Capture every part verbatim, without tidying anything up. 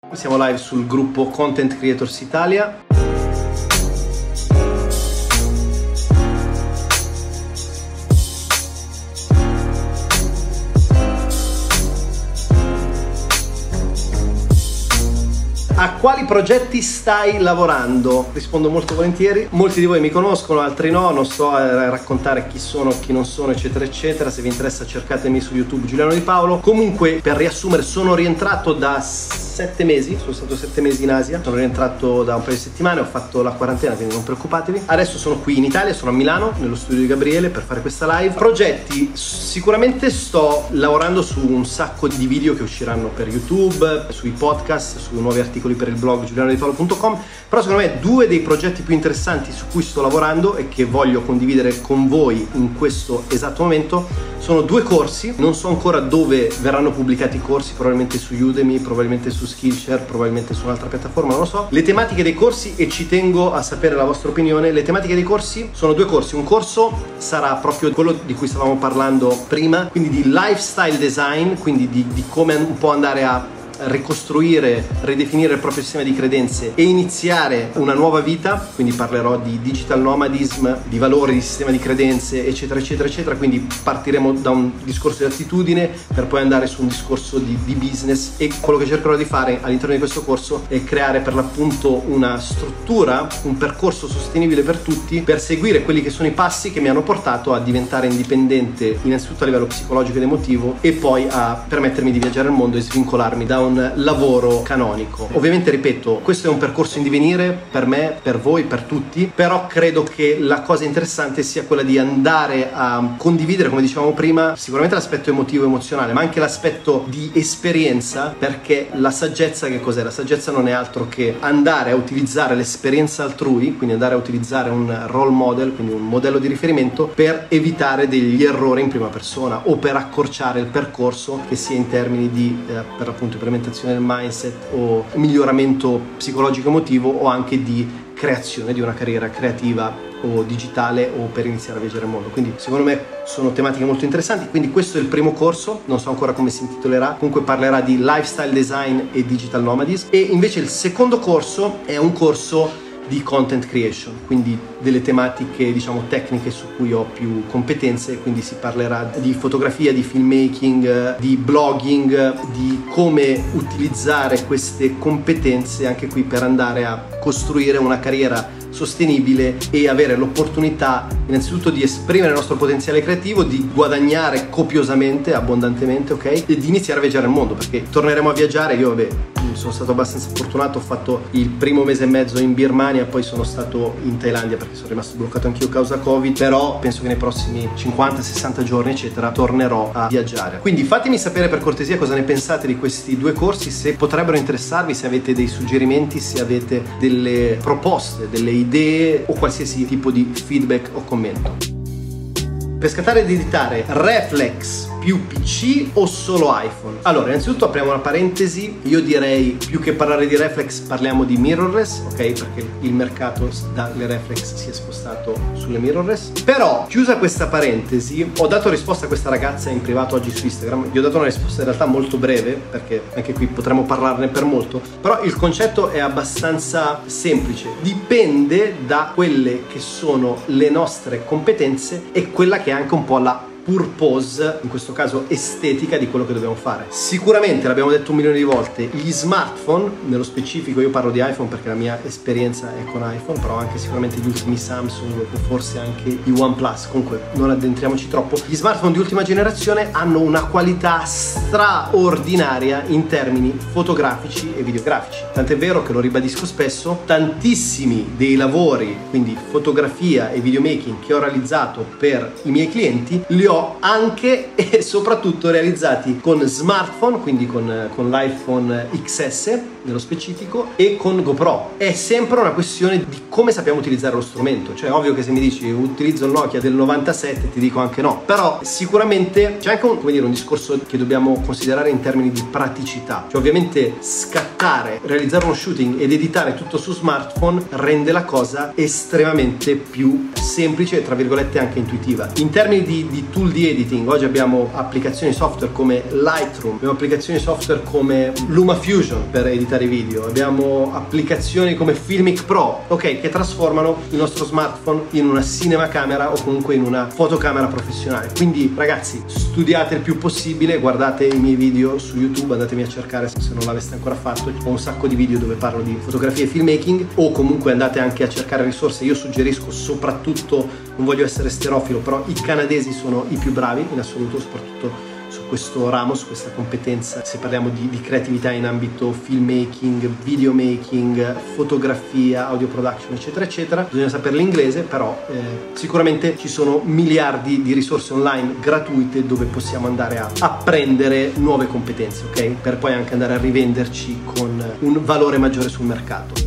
Siamo live sul gruppo Content Creators Italia. A quali progetti stai lavorando? Rispondo molto volentieri. Molti di voi mi conoscono, altri no, non sto a raccontare chi sono, chi non sono, eccetera eccetera. Se vi interessa cercatemi su YouTube Giuliano Di Paolo. Comunque, per riassumere, sono rientrato da sette mesi, sono stato sette mesi in Asia, sono rientrato da un paio di settimane, ho fatto la quarantena, quindi non preoccupatevi. Adesso sono qui in Italia, sono a Milano, nello studio di Gabriele per fare questa live. Progetti, sicuramente sto lavorando su un sacco di video che usciranno per YouTube, sui podcast, su nuovi articoli per il blog giuliano di paolo punto com, però secondo me due dei progetti più interessanti su cui sto lavorando e che voglio condividere con voi in questo esatto momento sono due corsi. Non so ancora dove verranno pubblicati i corsi, probabilmente su Udemy, probabilmente su Skillshare, probabilmente su un'altra piattaforma, non lo so. Le tematiche dei corsi, e ci tengo a sapere la vostra opinione, le tematiche dei corsi sono due corsi. Un corso sarà proprio quello di cui stavamo parlando prima, quindi di lifestyle design, quindi di, di come un po' andare a ricostruire, ridefinire il proprio sistema di credenze e iniziare una nuova vita. Quindi parlerò di digital nomadism, di valori, di sistema di credenze, eccetera eccetera eccetera. Quindi partiremo da un discorso di attitudine per poi andare su un discorso di, di business, e quello che cercherò di fare all'interno di questo corso è creare per l'appunto una struttura, un percorso sostenibile per tutti, per seguire quelli che sono i passi che mi hanno portato a diventare indipendente innanzitutto a livello psicologico ed emotivo, e poi a permettermi di viaggiare il mondo e svincolarmi da un lavoro canonico. Ovviamente, ripeto, questo è un percorso in divenire per me, per voi, per tutti, però credo che la cosa interessante sia quella di andare a condividere, come dicevamo prima, sicuramente l'aspetto emotivo, emozionale, ma anche l'aspetto di esperienza, perché la saggezza, che cos'è? La saggezza non è altro che andare a utilizzare l'esperienza altrui, quindi andare a utilizzare un role model, quindi un modello di riferimento, per evitare degli errori in prima persona o per accorciare il percorso, che sia in termini di eh, per appunto implementazione del mindset o miglioramento psicologico emotivo, o anche di creazione di una carriera creativa o digitale, o per iniziare a viaggiare il mondo. Quindi secondo me sono tematiche molto interessanti. Quindi questo è il primo corso, non so ancora come si intitolerà, comunque parlerà di lifestyle design e digital nomadism. E invece il secondo corso è un corso di content creation, quindi delle tematiche diciamo tecniche su cui ho più competenze. Quindi si parlerà di fotografia, di filmmaking, di blogging, di come utilizzare queste competenze anche qui per andare a costruire una carriera sostenibile e avere l'opportunità innanzitutto di esprimere il nostro potenziale creativo, di guadagnare copiosamente, abbondantemente, ok? E di iniziare a viaggiare il mondo, perché torneremo a viaggiare. Io vabbè, sono stato abbastanza fortunato, ho fatto il primo mese e mezzo in Birmania, poi sono stato in Thailandia perché sono rimasto bloccato anch'io causa Covid, però penso che nei prossimi cinquanta sessanta giorni eccetera tornerò a viaggiare. Quindi fatemi sapere per cortesia cosa ne pensate di questi due corsi, se potrebbero interessarvi, se avete dei suggerimenti, se avete delle proposte, delle idee o qualsiasi tipo di feedback o commento. Per scattare ed editare reflex più P C o solo iPhone? Allora, innanzitutto apriamo una parentesi. Io direi, più che parlare di reflex, parliamo di mirrorless, ok? Perché il mercato dalle reflex si è spostato sulle mirrorless. Però, chiusa questa parentesi, ho dato risposta a questa ragazza in privato oggi su Instagram. Gli ho dato una risposta in realtà molto breve, perché anche qui potremmo parlarne per molto, però il concetto è abbastanza semplice. Dipende da quelle che sono le nostre competenze e quella che è anche un po' la purpose, in questo caso estetica, di quello che dobbiamo fare. Sicuramente, l'abbiamo detto un milione di volte, gli smartphone, nello specifico io parlo di iPhone perché la mia esperienza è con iPhone, però anche sicuramente gli ultimi Samsung o forse anche i OnePlus, comunque non addentriamoci troppo, gli smartphone di ultima generazione hanno una qualità straordinaria in termini fotografici e videografici. Tant'è vero che, lo ribadisco spesso, tantissimi dei lavori, quindi fotografia e videomaking, che ho realizzato per i miei clienti, li ho anche e soprattutto realizzati con smartphone, quindi con, con l'iPhone X S nello specifico, e con GoPro. È sempre una questione di come sappiamo utilizzare lo strumento. Cioè, ovvio che se mi dici utilizzo il Nokia del novantasette, ti dico anche no, però sicuramente c'è anche un, come dire, un discorso che dobbiamo considerare in termini di praticità. Cioè, ovviamente scattare, realizzare uno shooting ed editare tutto su smartphone rende la cosa estremamente più semplice e tra virgolette anche intuitiva. In termini di, di tool di editing. Oggi abbiamo applicazioni software come Lightroom, abbiamo applicazioni software come LumaFusion per editare video, abbiamo applicazioni come Filmic Pro, ok, che trasformano il nostro smartphone in una cinema camera o comunque in una fotocamera professionale. Quindi ragazzi, studiate il più possibile, guardate i miei video su YouTube, andatemi a cercare se non l'aveste ancora fatto, ho un sacco di video dove parlo di fotografia e filmmaking, o comunque andate anche a cercare risorse. Io suggerisco soprattutto, non voglio essere sterofilo, però i canadesi sono i più bravi in assoluto, soprattutto su questo ramo, su questa competenza. Se parliamo di, di creatività in ambito filmmaking, videomaking, fotografia, audio production, eccetera eccetera, bisogna sapere l'inglese, però eh, sicuramente ci sono miliardi di risorse online gratuite dove possiamo andare a apprendere nuove competenze, ok? Per poi anche andare a rivenderci con un valore maggiore sul mercato.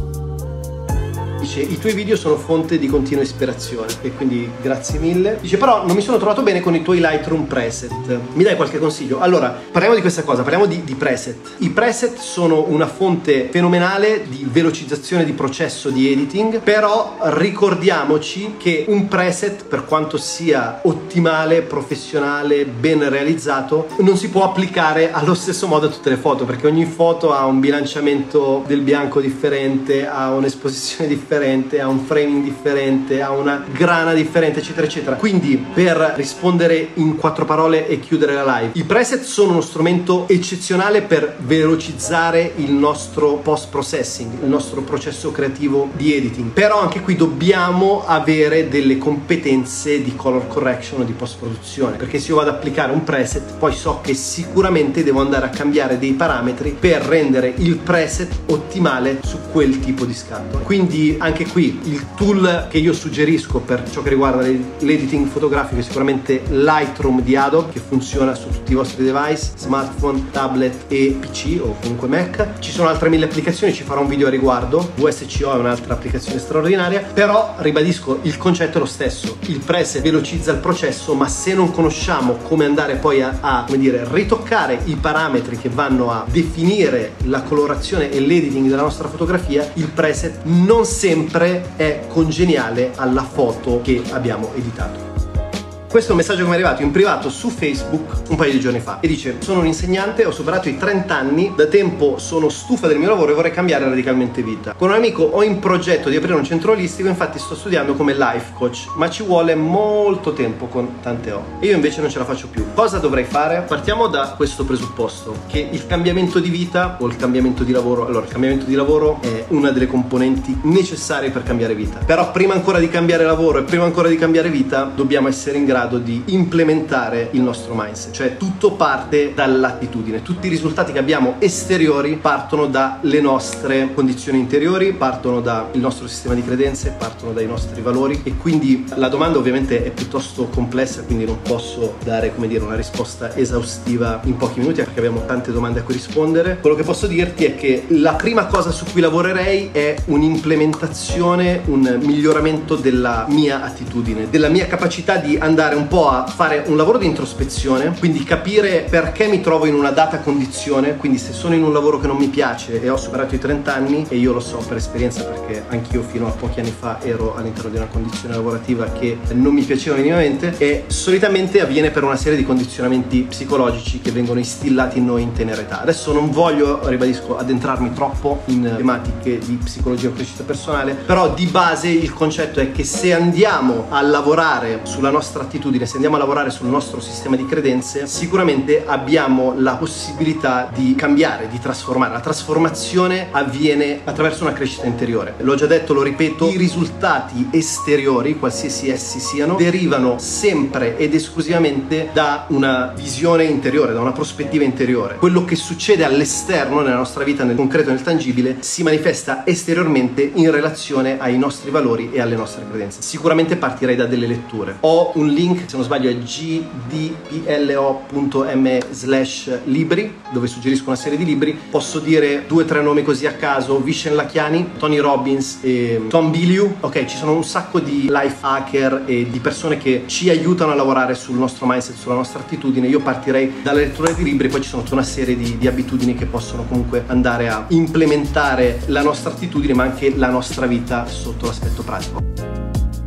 Dice, i tuoi video sono fonte di continua ispirazione, e quindi grazie mille. Dice, però non mi sono trovato bene con i tuoi Lightroom preset, mi dai qualche consiglio? Allora, parliamo di questa cosa, parliamo di, di preset. I preset sono una fonte fenomenale di velocizzazione di processo di editing, però ricordiamoci che un preset, per quanto sia ottimale, professionale, ben realizzato, non si può applicare allo stesso modo a tutte le foto, perché ogni foto ha un bilanciamento del bianco differente, ha un'esposizione differente, ha un framing differente, ha una grana differente, eccetera eccetera. Quindi, per rispondere in quattro parole e chiudere la live, i preset sono uno strumento eccezionale per velocizzare il nostro post processing, il nostro processo creativo di editing, però anche qui dobbiamo avere delle competenze di color correction o di post produzione, perché se io vado ad applicare un preset poi so che sicuramente devo andare a cambiare dei parametri per rendere il preset ottimale su quel tipo di scatto. Quindi anche qui il tool che io suggerisco per ciò che riguarda l'editing fotografico è sicuramente Lightroom di Adobe, che funziona su tutti i vostri device, smartphone, tablet e P C o comunque Mac. Ci sono altre mille applicazioni, ci farò un video a riguardo. V S C O è un'altra applicazione straordinaria, però ribadisco, il concetto è lo stesso. Il preset velocizza il processo, ma se non conosciamo come andare poi a, a come dire, ritoccare i parametri che vanno a definire la colorazione e l'editing della nostra fotografia, il preset non sempre è congeniale alla foto che abbiamo editato. Questo è un messaggio che mi è arrivato in privato su Facebook un paio di giorni fa e dice: sono un insegnante, ho superato i trenta anni, da tempo sono stufa del mio lavoro e vorrei cambiare radicalmente vita. Con un amico ho in progetto di aprire un centro olistico, infatti sto studiando come life coach, ma ci vuole molto tempo con tante ore e io invece non ce la faccio più. Cosa dovrei fare? Partiamo da questo presupposto, che il cambiamento di vita o il cambiamento di lavoro, allora il cambiamento di lavoro è una delle componenti necessarie per cambiare vita, però prima ancora di cambiare lavoro e prima ancora di cambiare vita dobbiamo essere in grado di implementare il nostro mindset, cioè tutto parte dall'attitudine, tutti i risultati che abbiamo esteriori partono dalle nostre condizioni interiori, partono dal nostro sistema di credenze, partono dai nostri valori. E quindi la domanda ovviamente è piuttosto complessa, quindi non posso dare, come dire, una risposta esaustiva in pochi minuti perché abbiamo tante domande a cui rispondere. Quello che posso dirti è che la prima cosa su cui lavorerei è un'implementazione, un miglioramento della mia attitudine, della mia capacità di andare un po' a fare un lavoro di introspezione, quindi capire perché mi trovo in una data condizione. Quindi se sono in un lavoro che non mi piace e ho superato i trenta anni, e io lo so per esperienza perché anch'io fino a pochi anni fa ero all'interno di una condizione lavorativa che non mi piaceva minimamente, e solitamente avviene per una serie di condizionamenti psicologici che vengono instillati in noi in tenera età. Adesso non voglio, ribadisco, addentrarmi troppo in tematiche di psicologia o crescita personale, però di base il concetto è che se andiamo a lavorare sulla nostra attitudine, se andiamo a lavorare sul nostro sistema di credenze, sicuramente abbiamo la possibilità di cambiare, di trasformare. La trasformazione avviene attraverso una crescita interiore. L'ho già detto, lo ripeto, i risultati esteriori, qualsiasi essi siano, derivano sempre ed esclusivamente da una visione interiore, da una prospettiva interiore. Quello che succede all'esterno nella nostra vita, nel concreto e nel tangibile, si manifesta esteriormente in relazione ai nostri valori e alle nostre credenze. Sicuramente partirei da delle letture. Ho un link, se non sbaglio è g d p l o punto m e slash libri, dove suggerisco una serie di libri. Posso dire due o tre nomi così a caso: Vishen Lakhiani, Tony Robbins e Tom Bilyeu. Ok, ci sono un sacco di life hacker e di persone che ci aiutano a lavorare sul nostro mindset, sulla nostra attitudine. Io partirei dalla lettura di libri, poi ci sono tutta una serie di, di abitudini che possono comunque andare a implementare la nostra attitudine ma anche la nostra vita sotto l'aspetto pratico.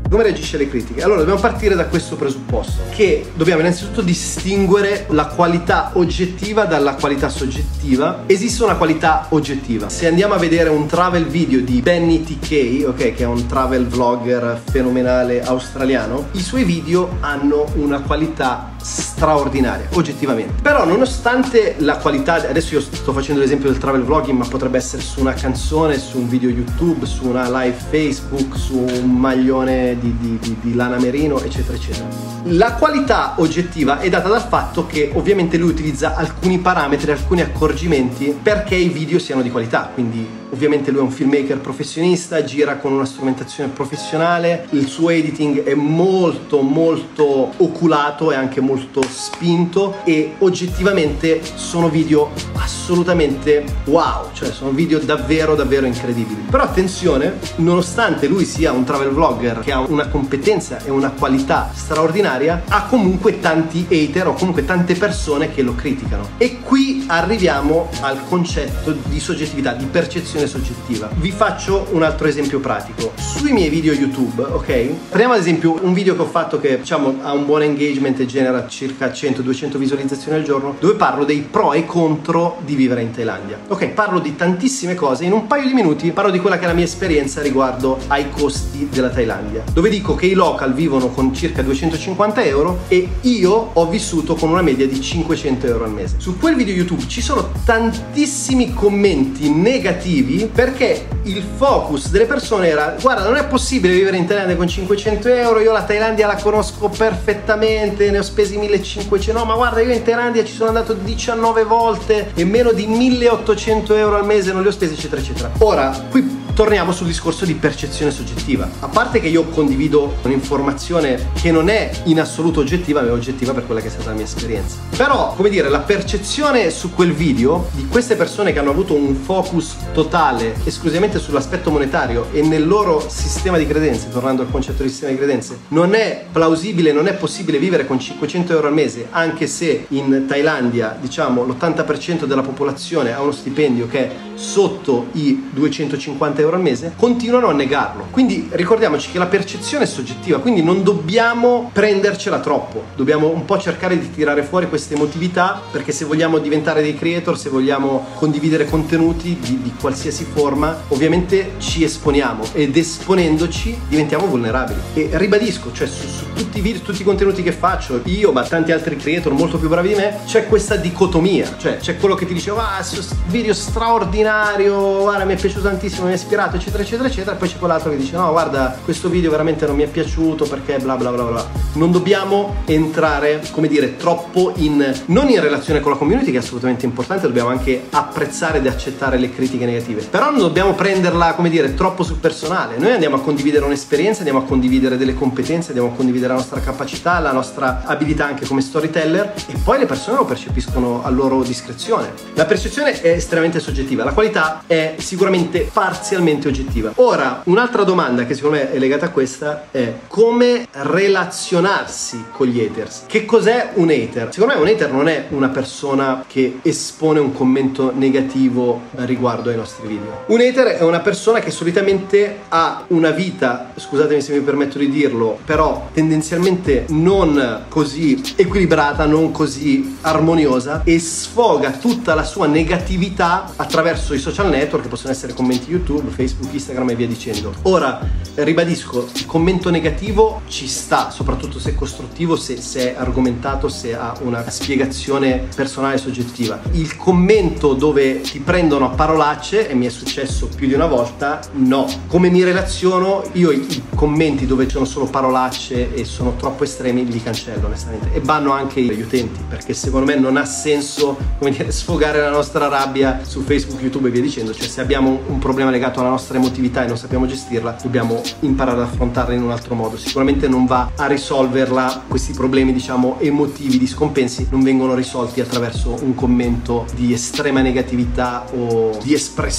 Come reagisce alle critiche? Allora dobbiamo partire da questo presupposto, che dobbiamo innanzitutto distinguere la qualità oggettiva dalla qualità soggettiva. Esiste una qualità oggettiva. Se andiamo a vedere un travel video di Benny T K, ok, che è un travel vlogger fenomenale australiano, i suoi video hanno una qualità straordinaria, oggettivamente. Però nonostante la qualità, adesso io sto facendo l'esempio del travel vlogging, ma potrebbe essere su una canzone, su un video YouTube, su una live Facebook, su un maglione di, di, di, di lana merino, eccetera eccetera. La qualità oggettiva è data dal fatto che ovviamente lui utilizza alcuni parametri, alcuni accorgimenti perché i video siano di qualità. Quindi ovviamente lui è un filmmaker professionista, gira con una strumentazione professionale, il suo editing è molto molto oculato e anche molto spinto, e oggettivamente sono video assolutamente wow, cioè sono video davvero davvero incredibili. Però attenzione, nonostante lui sia un travel vlogger che ha una competenza e una qualità straordinaria, ha comunque tanti hater o comunque tante persone che lo criticano, e qui arriviamo al concetto di soggettività, di percezione soggettiva. Vi faccio un altro esempio pratico. Sui miei video YouTube, ok? Prendiamo ad esempio un video che ho fatto che diciamo ha un buon engagement e genera circa cento duecento visualizzazioni al giorno, dove parlo dei pro e contro di vivere in Thailandia. Ok, parlo di tantissime cose, in un paio di minuti parlo di quella che è la mia esperienza riguardo ai costi della Thailandia, dove dico che i local vivono con circa duecentocinquanta euro e io ho vissuto con una media di cinquecento euro al mese. Su quel video YouTube ci sono tantissimi commenti negativi perché il focus delle persone era: guarda, non è possibile vivere in Thailandia con cinquecento euro, io la Thailandia la conosco perfettamente, ne ho spesi millecinquecento, no ma guarda, io in Thailandia ci sono andato diciannove volte e meno di milleottocento euro al mese non li ho spesi, eccetera eccetera. Ora qui torniamo sul discorso di percezione soggettiva. A parte che io condivido un'informazione che non è in assoluto oggettiva, ma è oggettiva per quella che è stata la mia esperienza. Però, come dire, la percezione su quel video di queste persone che hanno avuto un focus totale esclusivamente sull'aspetto monetario e nel loro sistema di credenze, tornando al concetto di sistema di credenze, non è plausibile, non è possibile vivere con cinquecento euro al mese, anche se in Thailandia, diciamo, l'ottanta per cento della popolazione ha uno stipendio che è sotto i duecentocinquanta euro al mese, continuano a negarlo. Quindi ricordiamoci che la percezione è soggettiva, quindi non dobbiamo prendercela troppo, dobbiamo un po' cercare di tirare fuori queste emotività, perché se vogliamo diventare dei creator, se vogliamo condividere contenuti di, di qualsiasi forma, ovviamente ci esponiamo, ed esponendoci diventiamo vulnerabili. E ribadisco, cioè su, su tutti i video, tutti i contenuti che faccio, io ma tanti altri creator molto più bravi di me, c'è questa dicotomia, cioè c'è quello che ti dice: ah, video straordinario, guarda, mi è piaciuto tantissimo, mi ha ispirato, eccetera eccetera eccetera, e poi c'è quell'altro che dice: no, guarda, questo video veramente non mi è piaciuto perché bla bla bla bla. Non dobbiamo entrare, come dire, troppo in, non in relazione con la community, che è assolutamente importante, dobbiamo anche apprezzare ed accettare le critiche negative, però non dobbiamo prenderla, come dire, troppo sul personale. Noi andiamo a condividere un'esperienza, andiamo a condividere delle competenze, andiamo a condividere la nostra capacità, la nostra abilità anche come storyteller, e poi le persone lo percepiscono a loro discrezione. La percezione è estremamente soggettiva, la qualità è sicuramente parzialmente oggettiva. Ora, un'altra domanda che secondo me è legata a questa è: come relazionarsi con gli haters? Che cos'è un hater? Secondo me un hater non è una persona che espone un commento negativo riguardo ai nostri video. Un hater è una persona che solitamente ha una vita, scusatemi se mi permetto di dirlo, però tendenzialmente non così equilibrata, non così armoniosa, e sfoga tutta la sua negatività attraverso i social network, che possono essere commenti YouTube, Facebook, Instagram e via dicendo. Ora, ribadisco, il commento negativo ci sta, soprattutto se è costruttivo, se, se è argomentato, se ha una spiegazione personale soggettiva. Il commento dove ti prendono a parolacce, e mi è successo più di una volta, no. Come mi relaziono? Io i, i commenti dove sono solo parolacce e sono troppo estremi li cancello onestamente, e banno anche gli utenti, perché secondo me non ha senso, come dire, sfogare la nostra rabbia su Facebook, YouTube e via dicendo. Cioè, se abbiamo un problema legato alla nostra emotività e non sappiamo gestirla, dobbiamo imparare ad affrontarla in un altro modo. Sicuramente non va a risolverla, questi problemi diciamo emotivi di scompensi non vengono risolti attraverso un commento di estrema negatività o di espressione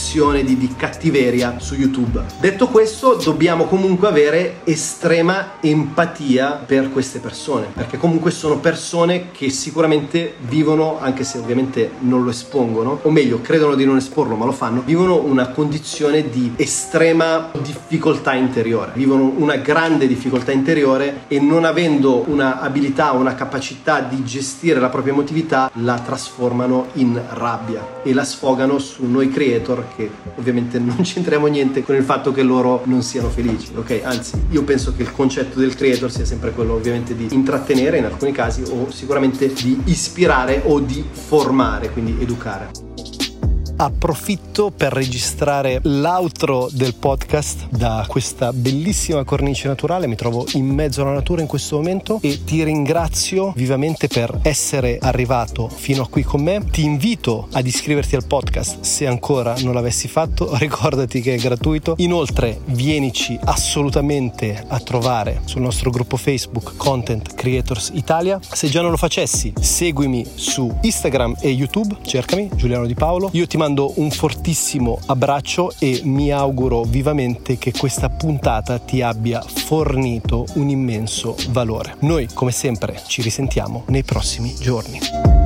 condizione di, di cattiveria su YouTube. Detto questo, dobbiamo comunque avere estrema empatia per queste persone, perché comunque sono persone che sicuramente vivono, anche se ovviamente non lo espongono, o meglio credono di non esporlo ma lo fanno, vivono una condizione di estrema difficoltà interiore, vivono una grande difficoltà interiore e non avendo una abilità, una capacità di gestire la propria emotività, la trasformano in rabbia e la sfogano su noi creator, che ovviamente non c'entriamo niente con il fatto che loro non siano felici, ok? Anzi, io penso che il concetto del creator sia sempre quello ovviamente di intrattenere in alcuni casi, o sicuramente di ispirare o di formare, quindi educare. Approfitto per registrare l'outro del podcast da questa bellissima cornice naturale. Mi trovo in mezzo alla natura in questo momento e ti ringrazio vivamente per essere arrivato fino a qui con me. Ti invito ad iscriverti al podcast se ancora non l'avessi fatto, ricordati che è gratuito. Inoltre vienici assolutamente a trovare sul nostro gruppo Facebook Content Creators Italia. Se già non lo facessi, seguimi su Instagram e YouTube, cercami Giuliano Di Paolo. Io ti mando un fortissimo abbraccio e mi auguro vivamente che questa puntata ti abbia fornito un immenso valore. Noi, come sempre, ci risentiamo nei prossimi giorni.